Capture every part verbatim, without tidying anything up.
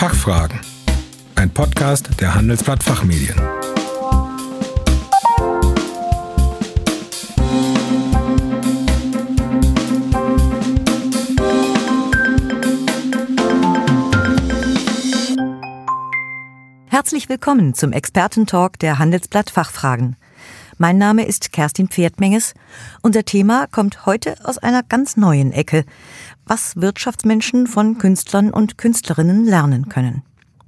Fachfragen. Ein Podcast der Handelsblatt Fachmedien. Herzlich willkommen zum Expertentalk der Handelsblatt Fachfragen. Mein Name ist Kerstin Pferdmenges. Unser Thema kommt heute aus einer ganz neuen Ecke, was Wirtschaftsmenschen von Künstlern und Künstlerinnen lernen können.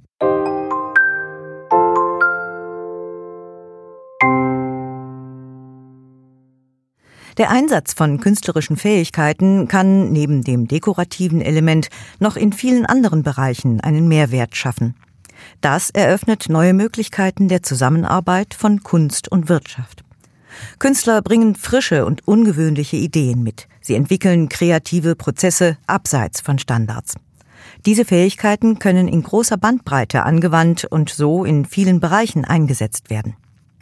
Der Einsatz von künstlerischen Fähigkeiten kann neben dem dekorativen Element noch in vielen anderen Bereichen einen Mehrwert schaffen. Das eröffnet neue Möglichkeiten der Zusammenarbeit von Kunst und Wirtschaft. Künstler bringen frische und ungewöhnliche Ideen mit. Sie entwickeln kreative Prozesse abseits von Standards. Diese Fähigkeiten können in großer Bandbreite angewandt und so in vielen Bereichen eingesetzt werden.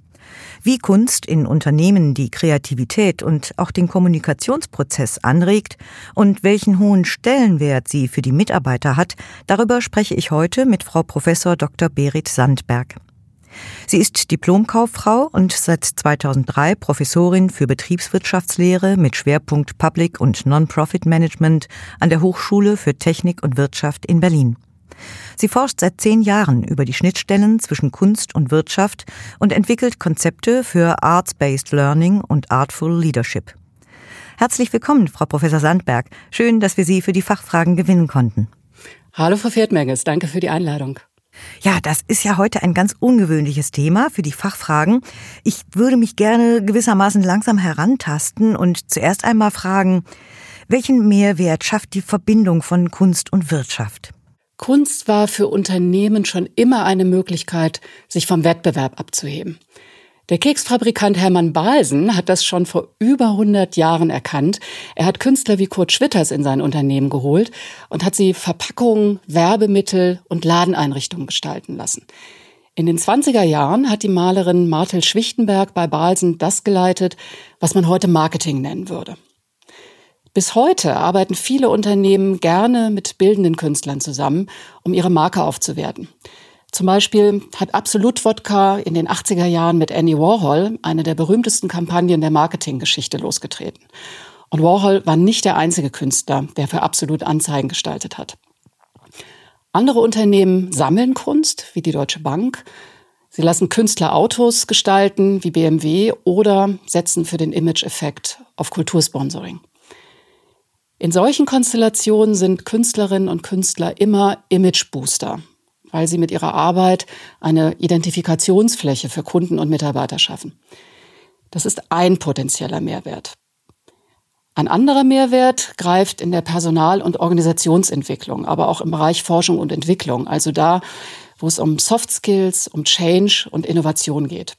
Wie Kunst in Unternehmen die Kreativität und auch den Kommunikationsprozess anregt und welchen hohen Stellenwert sie für die Mitarbeiter hat, darüber spreche ich heute mit Frau Professor Doktor Berit Sandberg. Sie ist Diplomkauffrau und seit zweitausenddrei Professorin für Betriebswirtschaftslehre mit Schwerpunkt Public- und Non-Profit-Management an der Hochschule für Technik und Wirtschaft in Berlin. Sie forscht seit zehn Jahren über die Schnittstellen zwischen Kunst und Wirtschaft und entwickelt Konzepte für Arts-Based Learning und Artful Leadership. Herzlich willkommen, Frau Professor Sandberg. Schön, dass wir Sie für die Fachfragen gewinnen konnten. Hallo, Frau Pferdmenges. Danke für die Einladung. Ja, das ist ja heute ein ganz ungewöhnliches Thema für die Fachfragen. Ich würde mich gerne gewissermaßen langsam herantasten und zuerst einmal fragen, welchen Mehrwert schafft die Verbindung von Kunst und Wirtschaft? Kunst war für Unternehmen schon immer eine Möglichkeit, sich vom Wettbewerb abzuheben. Der Keksfabrikant Hermann Balsen hat das schon vor über hundert Jahren erkannt. Er hat Künstler wie Kurt Schwitters in sein Unternehmen geholt und hat sie Verpackungen, Werbemittel und Ladeneinrichtungen gestalten lassen. In den zwanziger Jahren hat die Malerin Martel Schwichtenberg bei Balsen das geleitet, was man heute Marketing nennen würde. Bis heute arbeiten viele Unternehmen gerne mit bildenden Künstlern zusammen, um ihre Marke aufzuwerten. Zum Beispiel hat Absolut Wodka in den achtziger Jahren mit Andy Warhol eine der berühmtesten Kampagnen der Marketinggeschichte losgetreten. Und Warhol war nicht der einzige Künstler, der für Absolut Anzeigen gestaltet hat. Andere Unternehmen sammeln Kunst, wie die Deutsche Bank. Sie lassen Künstler Autos gestalten, wie B M W, oder setzen für den Image-Effekt auf Kultursponsoring. In solchen Konstellationen sind Künstlerinnen und Künstler immer Image-Booster, weil sie mit ihrer Arbeit eine Identifikationsfläche für Kunden und Mitarbeiter schaffen. Das ist ein potenzieller Mehrwert. Ein anderer Mehrwert greift in der Personal- und Organisationsentwicklung, aber auch im Bereich Forschung und Entwicklung, also da, wo es um Soft Skills, um Change und Innovation geht.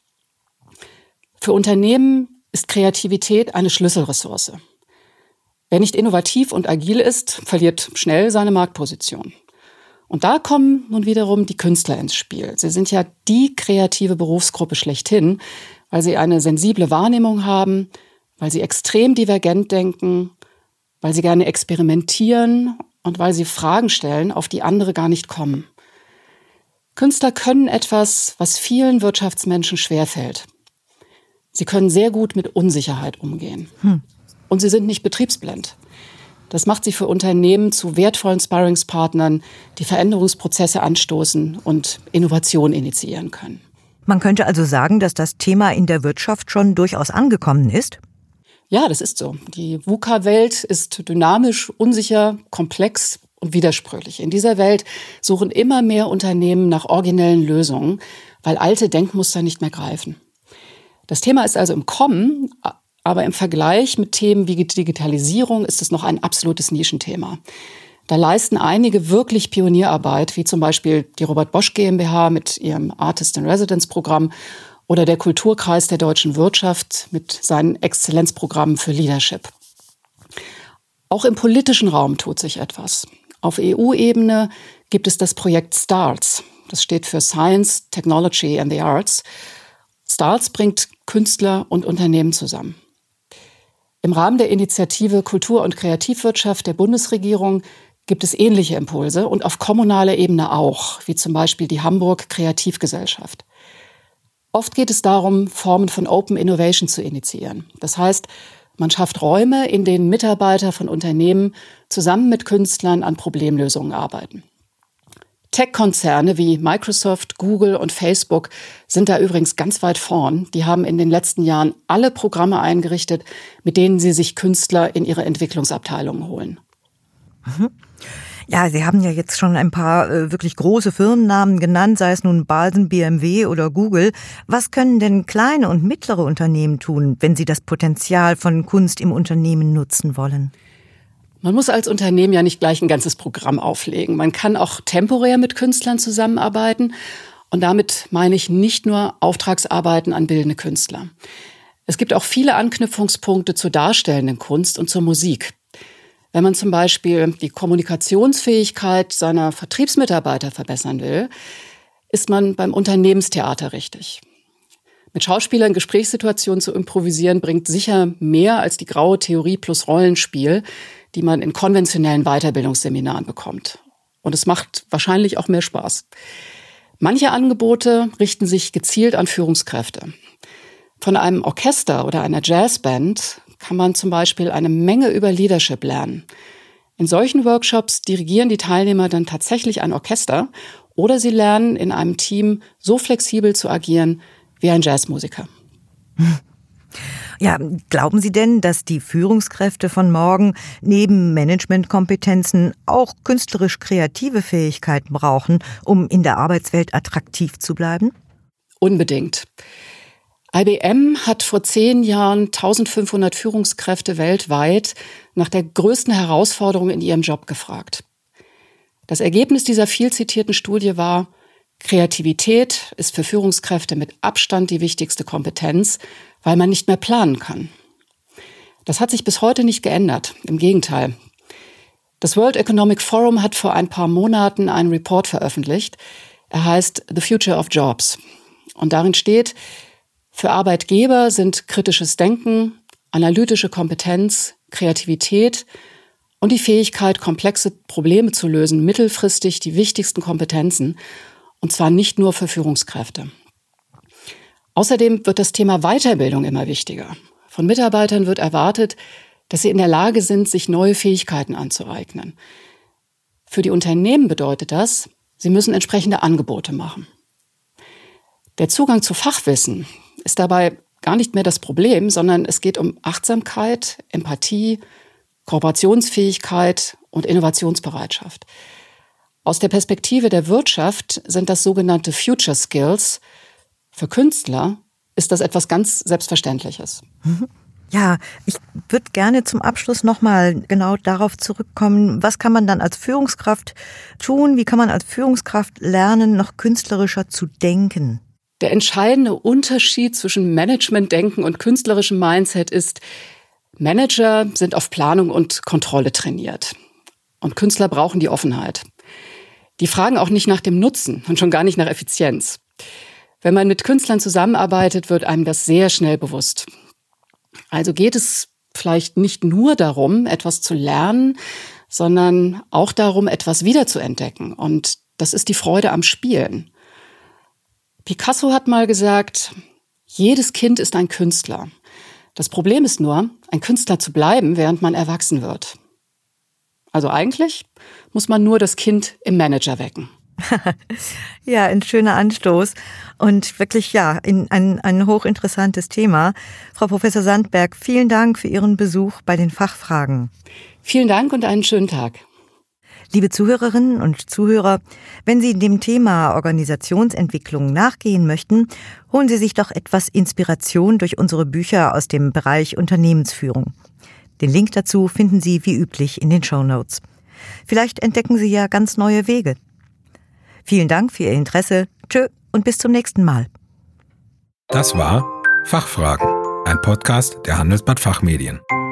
Für Unternehmen ist Kreativität eine Schlüsselressource. Wer nicht innovativ und agil ist, verliert schnell seine Marktposition. Und da kommen nun wiederum die Künstler ins Spiel. Sie sind ja die kreative Berufsgruppe schlechthin, weil sie eine sensible Wahrnehmung haben, weil sie extrem divergent denken, weil sie gerne experimentieren und weil sie Fragen stellen, auf die andere gar nicht kommen. Künstler können etwas, was vielen Wirtschaftsmenschen schwerfällt. Sie können sehr gut mit Unsicherheit umgehen. Hm. Und sie sind nicht betriebsblind. Das macht sie für Unternehmen zu wertvollen Sparringspartnern, die Veränderungsprozesse anstoßen und Innovation initiieren können. Man könnte also sagen, dass das Thema in der Wirtschaft schon durchaus angekommen ist? Ja, das ist so. Die VUCA-Welt ist dynamisch, unsicher, komplex und widersprüchlich. In dieser Welt suchen immer mehr Unternehmen nach originellen Lösungen, weil alte Denkmuster nicht mehr greifen. Das Thema ist also im Kommen, aber im Vergleich mit Themen wie Digitalisierung ist es noch ein absolutes Nischenthema. Da leisten einige wirklich Pionierarbeit, wie zum Beispiel die Robert Bosch GmbH mit ihrem Artist-in-Residence-Programm oder der Kulturkreis der deutschen Wirtschaft mit seinen Exzellenzprogrammen für Leadership. Auch im politischen Raum tut sich etwas. Auf E U-Ebene gibt es das Projekt STARS. Das steht für Science, Technology and the Arts. STARS bringt Künstler und Unternehmen zusammen. Im Rahmen der Initiative Kultur- und Kreativwirtschaft der Bundesregierung gibt es ähnliche Impulse und auf kommunaler Ebene auch, wie zum Beispiel die Hamburg Kreativgesellschaft. Oft geht es darum, Formen von Open Innovation zu initiieren. Das heißt, man schafft Räume, in denen Mitarbeiter von Unternehmen zusammen mit Künstlern an Problemlösungen arbeiten. Tech-Konzerne wie Microsoft, Google und Facebook sind da übrigens ganz weit vorn. Die haben in den letzten Jahren alle Programme eingerichtet, mit denen sie sich Künstler in ihre Entwicklungsabteilungen holen. Mhm. Ja, Sie haben ja jetzt schon ein paar äh, wirklich große Firmennamen genannt, sei es nun Balsen, B M W oder Google. Was können denn kleine und mittlere Unternehmen tun, wenn sie das Potenzial von Kunst im Unternehmen nutzen wollen? Man muss als Unternehmen ja nicht gleich ein ganzes Programm auflegen. Man kann auch temporär mit Künstlern zusammenarbeiten. Und damit meine ich nicht nur Auftragsarbeiten an bildende Künstler. Es gibt auch viele Anknüpfungspunkte zur darstellenden Kunst und zur Musik. Wenn man zum Beispiel die Kommunikationsfähigkeit seiner Vertriebsmitarbeiter verbessern will, ist man beim Unternehmenstheater richtig. Mit Schauspielern Gesprächssituationen zu improvisieren, bringt sicher mehr als die graue Theorie plus Rollenspiel, die man in konventionellen Weiterbildungsseminaren bekommt. Und es macht wahrscheinlich auch mehr Spaß. Manche Angebote richten sich gezielt an Führungskräfte. Von einem Orchester oder einer Jazzband kann man zum Beispiel eine Menge über Leadership lernen. In solchen Workshops dirigieren die Teilnehmer dann tatsächlich ein Orchester oder sie lernen in einem Team so flexibel zu agieren wie ein Jazzmusiker. Ja, glauben Sie denn, dass die Führungskräfte von morgen neben Managementkompetenzen auch künstlerisch kreative Fähigkeiten brauchen, um in der Arbeitswelt attraktiv zu bleiben? Unbedingt. I B M hat vor zehn Jahren eintausendfünfhundert Führungskräfte weltweit nach der größten Herausforderung in ihrem Job gefragt. Das Ergebnis dieser viel zitierten Studie war, Kreativität ist für Führungskräfte mit Abstand die wichtigste Kompetenz, weil man nicht mehr planen kann. Das hat sich bis heute nicht geändert. Im Gegenteil. Das World Economic Forum hat vor ein paar Monaten einen Report veröffentlicht. Er heißt The Future of Jobs. Und darin steht, für Arbeitgeber sind kritisches Denken, analytische Kompetenz, Kreativität und die Fähigkeit, komplexe Probleme zu lösen, mittelfristig die wichtigsten Kompetenzen, und zwar nicht nur für Führungskräfte. Außerdem wird das Thema Weiterbildung immer wichtiger. Von Mitarbeitern wird erwartet, dass sie in der Lage sind, sich neue Fähigkeiten anzueignen. Für die Unternehmen bedeutet das, sie müssen entsprechende Angebote machen. Der Zugang zu Fachwissen ist dabei gar nicht mehr das Problem, sondern es geht um Achtsamkeit, Empathie, Kooperationsfähigkeit und Innovationsbereitschaft. Aus der Perspektive der Wirtschaft sind das sogenannte Future Skills. Für Künstler ist das etwas ganz Selbstverständliches. Ja, ich würde gerne zum Abschluss nochmal genau darauf zurückkommen, was kann man dann als Führungskraft tun? Wie kann man als Führungskraft lernen, noch künstlerischer zu denken? Der entscheidende Unterschied zwischen Managementdenken und künstlerischem Mindset ist, Manager sind auf Planung und Kontrolle trainiert. Und Künstler brauchen die Offenheit. Die fragen auch nicht nach dem Nutzen und schon gar nicht nach Effizienz. Wenn man mit Künstlern zusammenarbeitet, wird einem das sehr schnell bewusst. Also geht es vielleicht nicht nur darum, etwas zu lernen, sondern auch darum, etwas wiederzuentdecken. Und das ist die Freude am Spielen. Picasso hat mal gesagt, jedes Kind ist ein Künstler. Das Problem ist nur, ein Künstler zu bleiben, während man erwachsen wird. Also eigentlich muss man nur das Kind im Manager wecken. Ja, ein schöner Anstoß und wirklich ja in ein, ein hochinteressantes Thema. Frau Professor Sandberg, vielen Dank für Ihren Besuch bei den Fachfragen. Vielen Dank und einen schönen Tag. Liebe Zuhörerinnen und Zuhörer, wenn Sie dem Thema Organisationsentwicklung nachgehen möchten, holen Sie sich doch etwas Inspiration durch unsere Bücher aus dem Bereich Unternehmensführung. Den Link dazu finden Sie wie üblich in den Shownotes. Vielleicht entdecken Sie ja ganz neue Wege. Vielen Dank für Ihr Interesse. Tschö und bis zum nächsten Mal. Das war Fachfragen, ein Podcast der Handelsblatt Fachmedien.